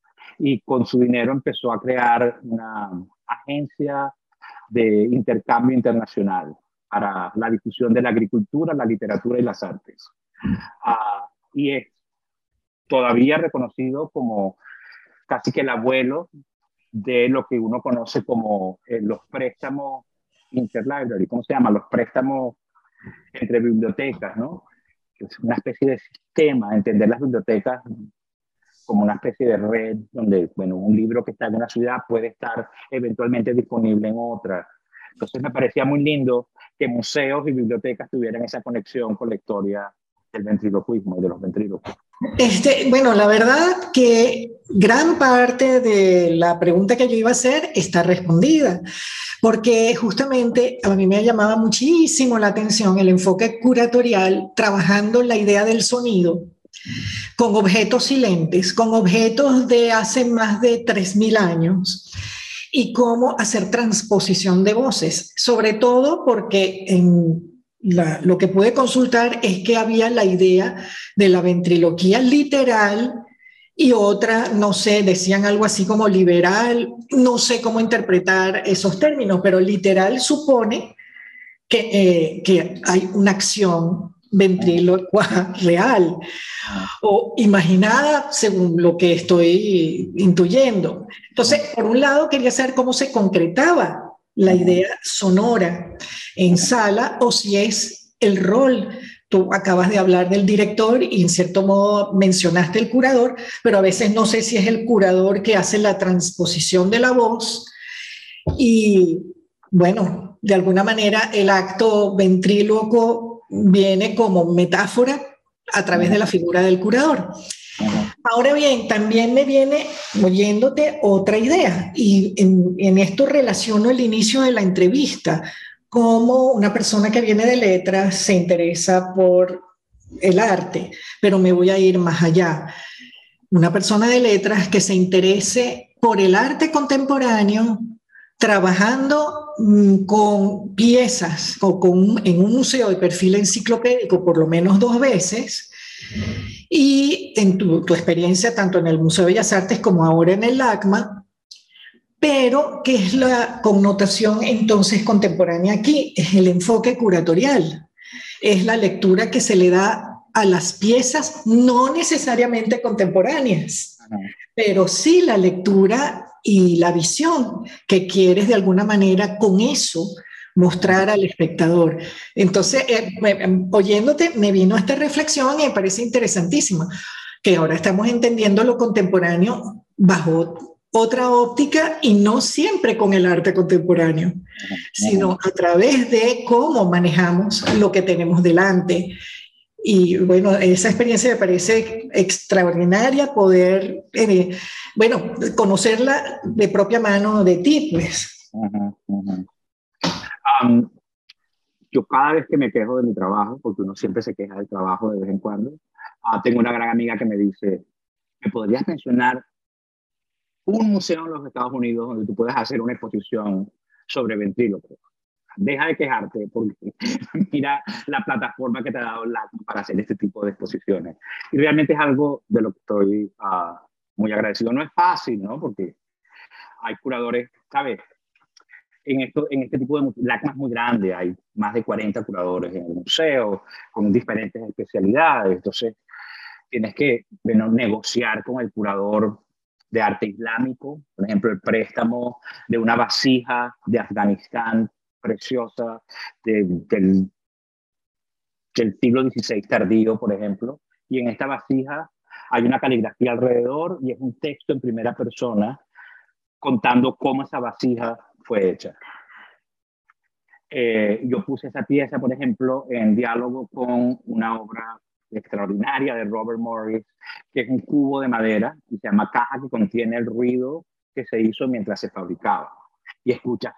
[SPEAKER 6] y con su dinero empezó a crear una agencia de intercambio internacional para la difusión de la agricultura, la literatura y las artes. Uh, y es todavía reconocido como casi que el abuelo de lo que uno conoce como eh, los préstamos interlibrary, ¿cómo se llama? Los préstamos entre bibliotecas, ¿no? Es una especie de sistema, entender las bibliotecas como una especie de red donde, bueno, un libro que está en una ciudad puede estar eventualmente disponible en otra. Entonces me parecía muy lindo que museos y bibliotecas tuvieran esa conexión con la historia del ventriloquismo y de los ventrílocos.
[SPEAKER 3] Este, bueno, la verdad que gran parte de la pregunta que yo iba a hacer está respondida, porque justamente a mí me llamaba muchísimo la atención el enfoque curatorial trabajando la idea del sonido con objetos silentes, con objetos de hace más de tres mil años y cómo hacer transposición de voces, sobre todo porque en La, lo que pude consultar es que había la idea de la ventriloquía literal y otra, no sé, decían algo así como liberal, no sé cómo interpretar esos términos, pero literal supone que, eh, que hay una acción ventrílocua real o imaginada según lo que estoy intuyendo. Entonces, por un lado quería saber cómo se concretaba la idea sonora en sala o si es el rol. Tú acabas de hablar del director y en cierto modo mencionaste el curador, pero a veces no sé si es el curador que hace la transposición de la voz y bueno, de alguna manera el acto ventríloco viene como metáfora a través de la figura del curador. Ahora bien, también me viene, oyéndote, otra idea, y en, en esto relaciono el inicio de la entrevista, como una persona que viene de letras se interesa por el arte, pero me voy a ir más allá. Una persona de letras que se interese por el arte contemporáneo, trabajando mmm, con piezas, o con, en un museo de perfil enciclopédico por lo menos dos veces, y en tu, tu experiencia tanto en el Museo de Bellas Artes como ahora en el LACMA, pero ¿qué es la connotación entonces contemporánea aquí? Es el enfoque curatorial, es la lectura que se le da a las piezas no necesariamente contemporáneas, pero sí la lectura y la visión que quieres de alguna manera con eso mostrar al espectador. Entonces, eh, oyéndote, me vino esta reflexión y me parece interesantísima, que ahora estamos entendiendo lo contemporáneo bajo otra óptica y no siempre con el arte contemporáneo, sino a través de cómo manejamos lo que tenemos delante. Y bueno, esa experiencia me parece extraordinaria poder, eh, bueno, conocerla de propia mano de ti, pues.
[SPEAKER 6] Uh-huh, uh-huh. Um, yo cada vez que me quejo de mi trabajo, porque uno siempre se queja del trabajo de vez en cuando, uh, tengo una gran amiga que me dice, ¿me podrías mencionar un museo en los Estados Unidos donde tú puedas hacer una exposición sobre ventrílocuos? Deja de quejarte porque mira la plataforma que te ha dado LACMA para hacer este tipo de exposiciones. Y realmente es algo de lo que estoy uh, muy agradecido. No es fácil, ¿no? Porque hay curadores, ¿sabes? En, esto, en este tipo de LACMA es muy grande, hay más de cuarenta curadores en el museo con diferentes especialidades. Entonces, tienes que bueno, negociar con el curador de arte islámico, por ejemplo, el préstamo de una vasija de Afganistán preciosa de, del, del siglo dieciséis tardío, por ejemplo, y en esta vasija hay una caligrafía alrededor y es un texto en primera persona contando cómo esa vasija fue hecha. Eh, yo puse esa pieza, por ejemplo, en diálogo con una obra extraordinaria de Robert Morris, que es un cubo de madera y se llama Caja, que contiene el ruido que se hizo mientras se fabricaba. Y escucha,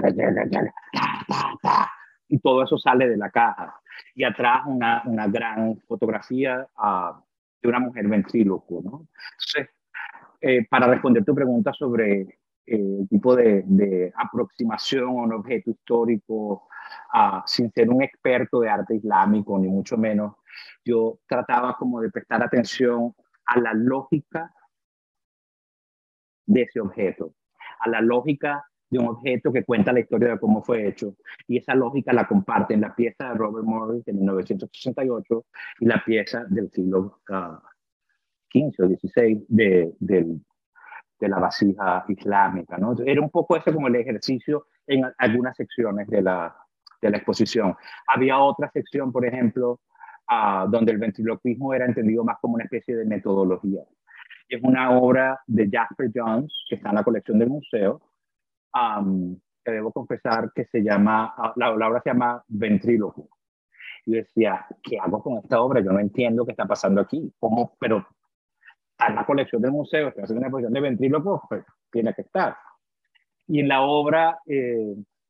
[SPEAKER 6] y todo eso sale de la caja. Y atrás una, una gran fotografía uh, de una mujer ventríloco, ¿no? Entonces, eh, para responder tu pregunta sobre eh, el tipo de, de aproximación a un objeto histórico, uh, sin ser un experto de arte islámico, ni mucho menos, yo trataba como de prestar atención a la lógica de ese objeto, a la lógica de un objeto que cuenta la historia de cómo fue hecho. Y esa lógica la comparten la pieza de Robert Morris de mil novecientos sesenta y ocho y la pieza del siglo uh, quince o dieciséis de, de, de la vasija islámica, ¿no? Era un poco ese como el ejercicio en algunas secciones de la, de la exposición. Había otra sección, por ejemplo, uh, donde el ventriloquismo era entendido más como una especie de metodología. Es una obra de Jasper Johns que está en la colección del museo, um, que debo confesar que se llama, la, la obra se llama Ventrílocuo. Y yo decía, ¿qué hago con esta obra? Yo no entiendo qué está pasando aquí. ¿Cómo? Pero está en la colección del museo, estoy haciendo una exposición de ventrílocuo, pues tiene que estar. Y en la obra eh,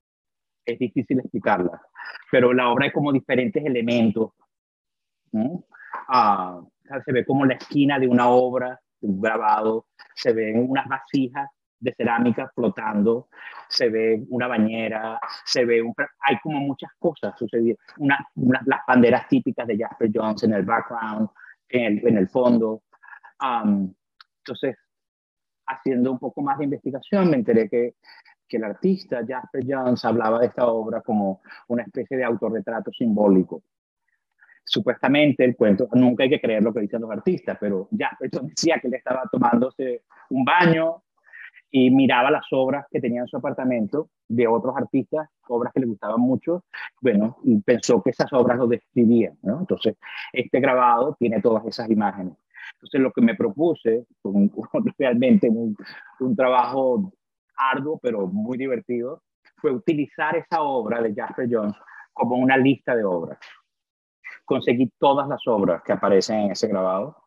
[SPEAKER 6] es difícil explicarla, pero la obra hay como diferentes elementos, ¿no? Ah, se ve como la esquina de una obra, de un grabado, se ven unas vasijas de cerámica flotando, se ve una bañera, se ve un, hay como muchas cosas sucediendo, una, una, las banderas típicas de Jasper Johns en el background, en el, en el fondo. Um, entonces, haciendo un poco más de investigación, me enteré que, que el artista Jasper Johns hablaba de esta obra como una especie de autorretrato simbólico. Supuestamente el cuento, nunca hay que creer lo que dicen los artistas, pero Jasper Johns decía que él estaba tomándose un baño y miraba las obras que tenía en su apartamento de otros artistas, obras que le gustaban mucho, bueno, y pensó que esas obras lo describían, ¿no? Entonces, este grabado tiene todas esas imágenes. Entonces, lo que me propuse, un, realmente un, un trabajo arduo, pero muy divertido, fue utilizar esa obra de Jasper Johns como una lista de obras. Conseguí todas las obras que aparecen en ese grabado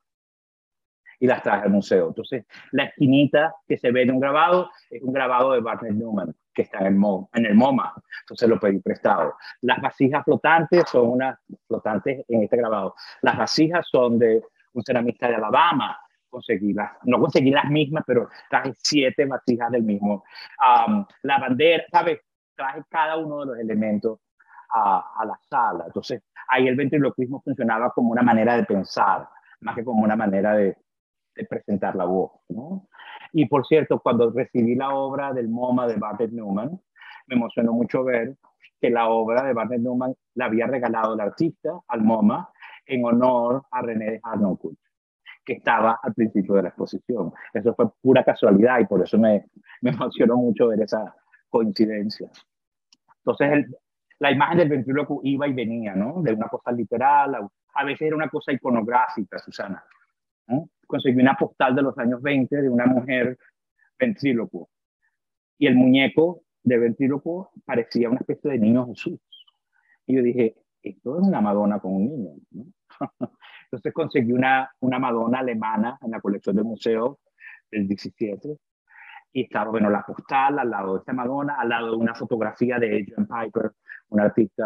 [SPEAKER 6] y las traje al museo. Entonces, la esquinita que se ve en un grabado es un grabado de Barnett Newman, que está en el, Mo, en el MoMA. Entonces, lo pedí prestado. Las vasijas flotantes son unas flotantes en este grabado. Las vasijas son de un ceramista de Alabama. Conseguí las, no conseguí las mismas, pero traje siete vasijas del mismo. Um, la bandera, ¿sabes? Traje cada uno de los elementos a, a la sala. Entonces, ahí el ventriloquismo funcionaba como una manera de pensar, más que como una manera de, de presentar la voz, ¿no? Y por cierto, cuando recibí la obra del MoMA de Barnett Newman, me emocionó mucho ver que la obra de Barnett Newman la había regalado el artista al MoMA en honor a René de Harnoncourt, que estaba al principio de la exposición. Eso fue pura casualidad y por eso me, me emocionó mucho ver esa coincidencia. Entonces, el, la imagen del ventrílocuo iba y venía, ¿no? De una cosa literal, a, a veces era una cosa iconográfica, Susana, ¿no? Conseguí una postal de los años veinte de una mujer ventrílocuo y el muñeco de ventrílocuo parecía una especie de niño Jesús. Y yo dije, esto es una Madonna con un niño, ¿no? Entonces conseguí una, una Madonna alemana en la colección del museo del diecisiete y estaba, bueno, la postal al lado de esta Madonna, al lado de una fotografía de Adrian Piper, un artista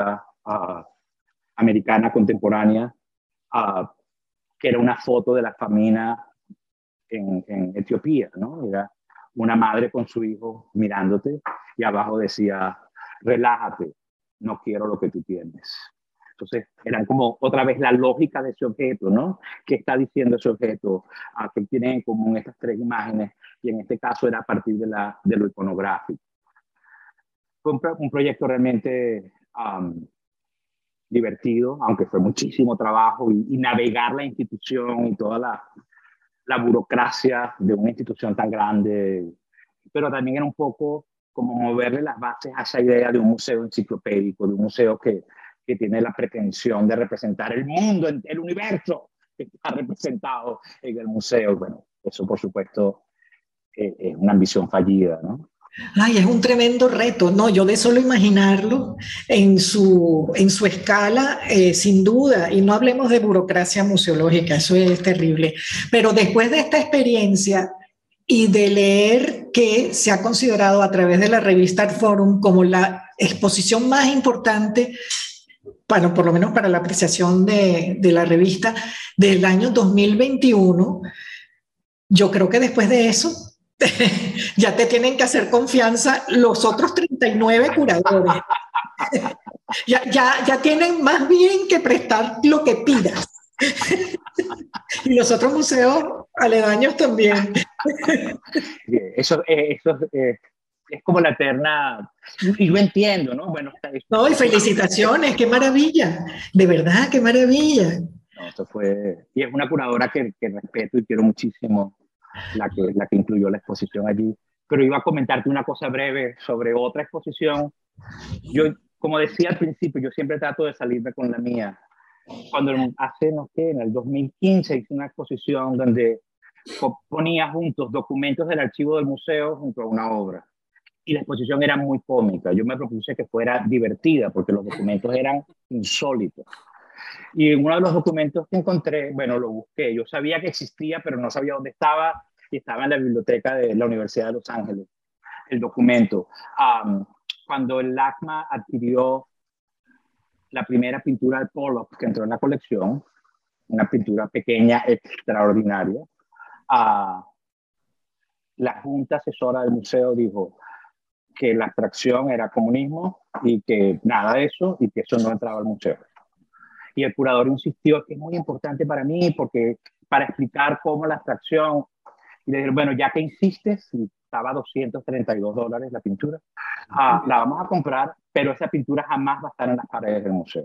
[SPEAKER 6] uh, americana contemporánea, uh, que era una foto de la famina en, en Etiopía, ¿no? Era una madre con su hijo mirándote y abajo decía, relájate, no quiero lo que tú tienes. Entonces, eran como otra vez la lógica de ese objeto, ¿no? ¿Qué está diciendo ese objeto? ¿A qué tienen en común estas tres imágenes? Y en este caso era a partir de, la, de lo iconográfico. Fue un, un proyecto realmente um, divertido, aunque fue muchísimo trabajo y, y navegar la institución y toda la, la burocracia de una institución tan grande, pero también era un poco como moverle las bases a esa idea de un museo enciclopédico, de un museo que, que tiene la pretensión de representar el mundo, el universo que está representado en el museo. Bueno, eso por supuesto eh, es una ambición fallida, ¿no?
[SPEAKER 3] Ay, es un tremendo reto, no, yo de solo imaginarlo en su, en su escala, eh, sin duda, y no hablemos de burocracia museológica, eso es terrible, pero después de esta experiencia y de leer que se ha considerado a través de la revista Art Forum como la exposición más importante, bueno, por lo menos para la apreciación de, de la revista del año dos mil veintiuno, yo creo que después de eso ya te tienen que hacer confianza los otros treinta y nueve curadores. ya, ya, ya tienen más bien que prestar lo que pidas. Y los otros museos aledaños también.
[SPEAKER 6] Eso, eso eh, es como la eterna... Y yo entiendo, ¿no? Bueno,
[SPEAKER 3] no, y felicitaciones, qué maravilla. De verdad, qué maravilla.
[SPEAKER 6] No, esto fue... Y es una curadora que, que respeto y quiero muchísimo. La que, la que incluyó la exposición allí. Pero iba a comentarte una cosa breve sobre otra exposición. Yo, como decía al principio, yo siempre trato de salirme con la mía. Cuando hace, no sé, en el dos mil quince hice una exposición donde ponía juntos documentos del archivo del museo junto a una obra. Y la exposición era muy cómica. Yo me propuse que fuera divertida porque los documentos eran insólitos. Y en uno de los documentos que encontré, bueno, lo busqué. Yo sabía que existía, pero no sabía dónde estaba. Y estaba en la biblioteca de la Universidad de Los Ángeles, el documento. Um, cuando el LACMA adquirió la primera pintura de Pollock que entró en la colección, una pintura pequeña, extraordinaria, uh, la Junta Asesora del Museo dijo que la abstracción era comunismo y que nada de eso, y que eso no entraba al museo. Y el curador insistió que es muy importante para mí porque para explicar cómo la abstracción, y le dijeron, bueno, ya que insistes, y estaba a doscientos treinta y dos dólares la pintura, uh, la vamos a comprar, pero esa pintura jamás va a estar en las paredes del museo.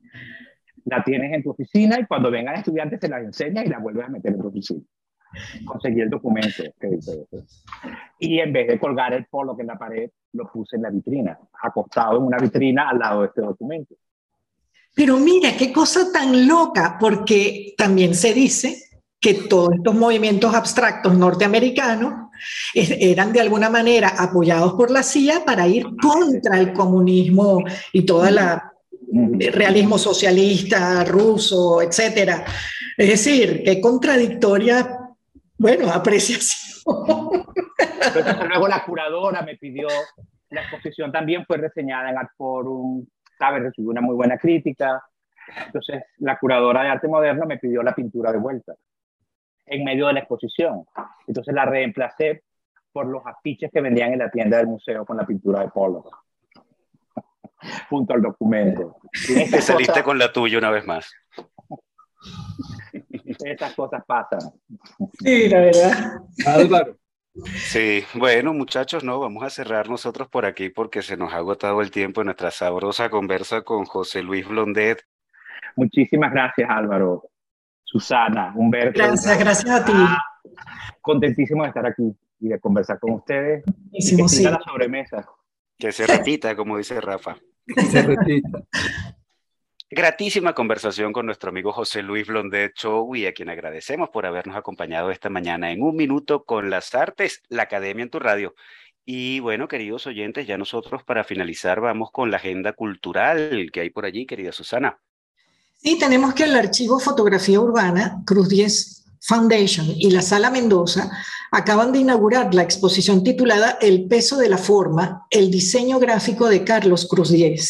[SPEAKER 6] La tienes en tu oficina y cuando vengan estudiantes te la enseñas y la vuelves a meter en tu oficina. Conseguí el documento que dice eso. Y en vez de colgar el Pollock en la pared, lo puse en la vitrina, acostado en una vitrina al lado de este documento.
[SPEAKER 3] Pero mira, qué cosa tan loca, porque también se dice que todos estos movimientos abstractos norteamericanos eran de alguna manera apoyados por la C I A para ir contra el comunismo y todo el realismo socialista ruso, etcétera. Es decir, qué contradictoria, bueno, apreciación.
[SPEAKER 6] Pero luego la curadora me pidió, la exposición también fue reseñada en Art Forum, ¿sabes? Recibió una muy buena crítica. Entonces, la curadora de arte moderno me pidió la pintura de vuelta en medio de la exposición. Entonces la reemplacé por los afiches que vendían en la tienda del museo con la pintura de Pollock junto al documento.
[SPEAKER 2] Te saliste cosas, con la tuya una vez más.
[SPEAKER 6] Estas cosas pasan.
[SPEAKER 3] Sí, la verdad.
[SPEAKER 4] Álvaro.
[SPEAKER 2] Sí, bueno, muchachos, no, vamos a cerrar nosotros por aquí porque se nos ha agotado el tiempo en nuestra sabrosa conversa con José Luis Blondet.
[SPEAKER 6] Muchísimas gracias, Álvaro, Susana, Humberto.
[SPEAKER 3] Gracias, gracias a ti.
[SPEAKER 6] Ah, contentísimo de estar aquí y de conversar con ustedes. Y que siga la sobremesa.
[SPEAKER 2] Que se repita, como dice Rafa.
[SPEAKER 4] Que se repita.
[SPEAKER 2] Gratísima conversación con nuestro amigo José Luis Blondet Chogui, a quien agradecemos por habernos acompañado esta mañana en Un Minuto con las Artes, la Academia en tu Radio. Y bueno, queridos oyentes, ya nosotros para finalizar vamos con la agenda cultural que hay por allí, querida Susana.
[SPEAKER 3] Sí, tenemos que el Archivo Fotografía Urbana, Cruz diez Foundation y la Sala Mendoza acaban de inaugurar la exposición titulada El peso de la forma, el diseño gráfico de Carlos Cruz diez.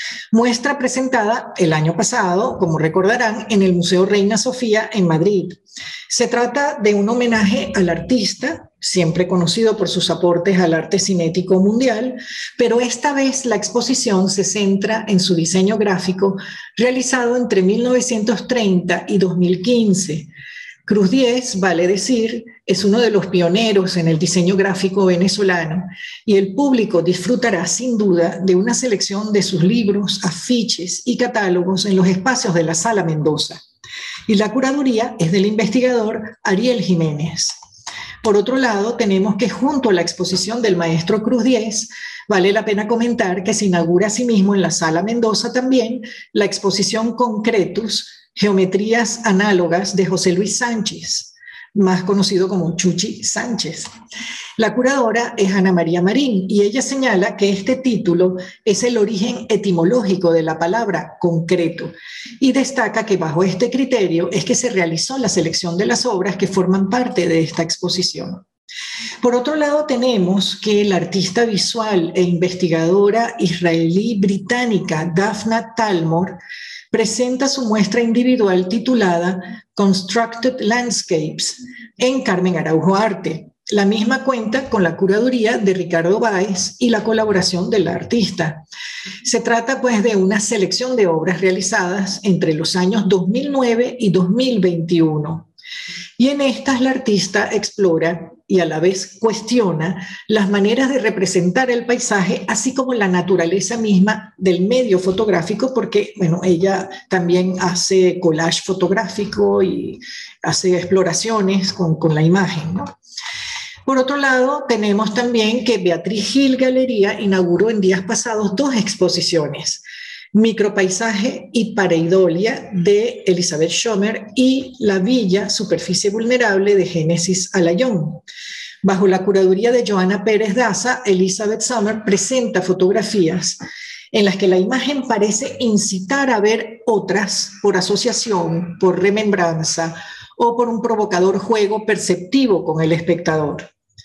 [SPEAKER 3] Muestra presentada el año pasado, como recordarán, en el Museo Reina Sofía en Madrid. Se trata de un homenaje al artista, siempre conocido por sus aportes al arte cinético mundial, pero esta vez la exposición se centra en su diseño gráfico realizado entre mil novecientos treinta y dos mil quince. Cruz Diez, vale decir, es uno de los pioneros en el diseño gráfico venezolano y el público disfrutará sin duda de una selección de sus libros, afiches y catálogos en los espacios de la Sala Mendoza. Y la curaduría es del investigador Ariel Jiménez. Por otro lado, tenemos que junto a la exposición del maestro Cruz Diez, vale la pena comentar que se inaugura asimismo en la Sala Mendoza también la exposición Concretus, Geometrías Análogas de José Luis Sánchez, más conocido como Chuchi Sánchez. La curadora es Ana María Marín y ella señala que este título es el origen etimológico de la palabra concreto y destaca que bajo este criterio es que se realizó la selección de las obras que forman parte de esta exposición. Por otro lado, tenemos que la artista visual e investigadora israelí-británica Daphna Talmor presenta su muestra individual titulada Constructed Landscapes en Carmen Araujo Arte. La misma cuenta con la curaduría de Ricardo Báez y la colaboración de la artista. Se trata pues de una selección de obras realizadas entre los años dos mil nueve y dos mil veintiuno. Y en estas la artista explora y a la vez cuestiona las maneras de representar el paisaje, así como la naturaleza misma del medio fotográfico, porque bueno, ella también hace collage fotográfico y hace exploraciones con, con la imagen, ¿no? Por otro lado, tenemos también que Beatriz Gil Galería inauguró en días pasados dos exposiciones: Micropaisaje y Pareidolia de Elizabeth Schomer y La Villa, Superficie Vulnerable de Génesis Alayón. Bajo la curaduría de Joana Pérez Daza, Elizabeth Schomer presenta fotografías en las que la imagen parece incitar a ver otras por asociación, por remembranza o por un provocador juego perceptivo con el espectador.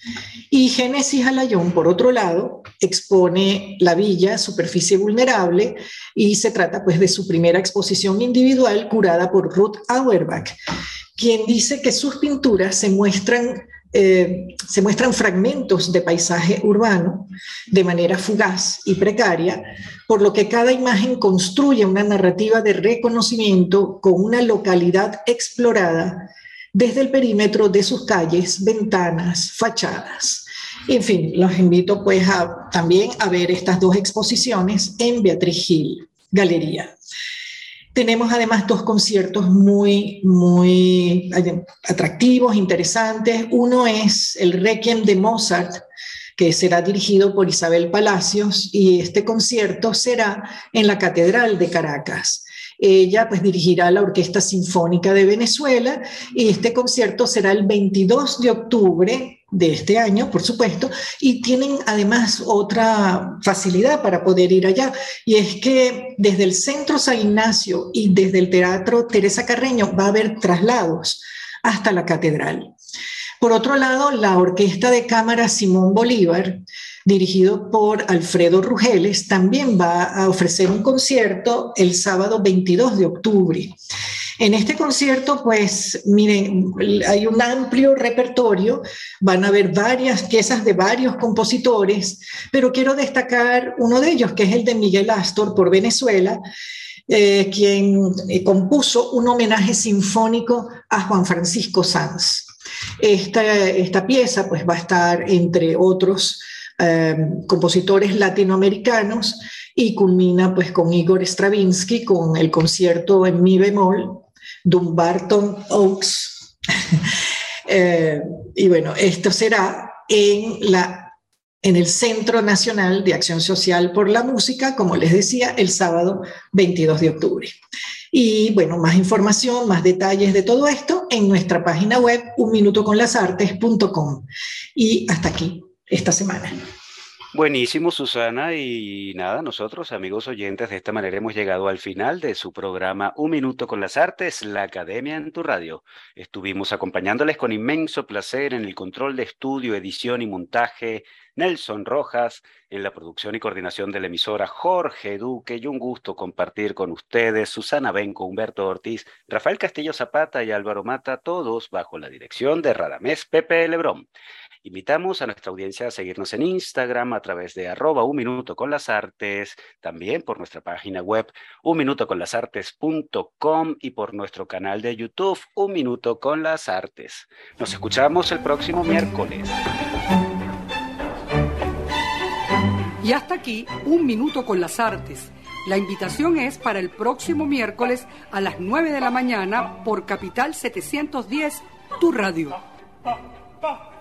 [SPEAKER 3] Y Génesis Alayón, por otro lado, expone La Villa, Superficie Vulnerable, y se trata pues de su primera exposición individual curada por Ruth Auerbach, quien dice que sus pinturas se muestran, eh, se muestran fragmentos de paisaje urbano de manera fugaz y precaria, por lo que cada imagen construye una narrativa de reconocimiento con una localidad explorada desde el perímetro de sus calles, ventanas, fachadas. En fin, los invito pues a, también a ver estas dos exposiciones en Beatriz Gil Galería. Tenemos además dos conciertos muy, muy atractivos, interesantes. Uno es el Requiem de Mozart, que será dirigido por Isabel Palacios, y este concierto será en la Catedral de Caracas. Ella pues dirigirá la Orquesta Sinfónica de Venezuela y este concierto será el veintidós de octubre de este año, por supuesto, y tienen además otra facilidad para poder ir allá, y es que desde el Centro San Ignacio y desde el Teatro Teresa Carreño va a haber traslados hasta la Catedral. Por otro lado, la Orquesta de Cámara Simón Bolívar, dirigido por Alfredo Rugeles, también va a ofrecer un concierto el sábado veintidós de octubre. En este concierto, pues, miren, hay un amplio repertorio, van a haber varias piezas de varios compositores, pero quiero destacar uno de ellos, que es el de Miguel Astor por Venezuela, eh, quien eh, compuso un homenaje sinfónico a Juan Francisco Sanz. Esta, esta pieza, pues, va a estar entre otros Eh, compositores latinoamericanos y culmina pues con Igor Stravinsky con el concierto en mi bemol Dumbarton Oaks. eh, y bueno, esto será en, la, en el Centro Nacional de Acción Social por la Música, como les decía, el sábado veintidós de octubre. Y bueno, más información, más detalles de todo esto en nuestra página web un minuto con las artes punto com. Y hasta aquí esta semana.
[SPEAKER 2] Buenísimo, Susana, y nada, nosotros, amigos oyentes, de esta manera hemos llegado al final de su programa Un Minuto con las Artes, la Academia en tu Radio. Estuvimos acompañándoles con inmenso placer en el control de estudio, edición y montaje, Nelson Rojas, en la producción y coordinación de la emisora Jorge Duque, y un gusto compartir con ustedes Susana Benco, Humberto Ortiz, Rafael Castillo Zapata y Álvaro Mata, todos bajo la dirección de Radamés Pepe Lebrón. Invitamos a nuestra audiencia a seguirnos en Instagram a través de arroba un minuto con las artes, también por nuestra página web un minuto con las artes punto com y por nuestro canal de YouTube Un Minuto con las Artes. Nos escuchamos el próximo miércoles.
[SPEAKER 1] Y hasta aquí, Un Minuto con las Artes. La invitación es para el próximo miércoles a las nueve de la mañana por Capital setecientos diez, tu radio.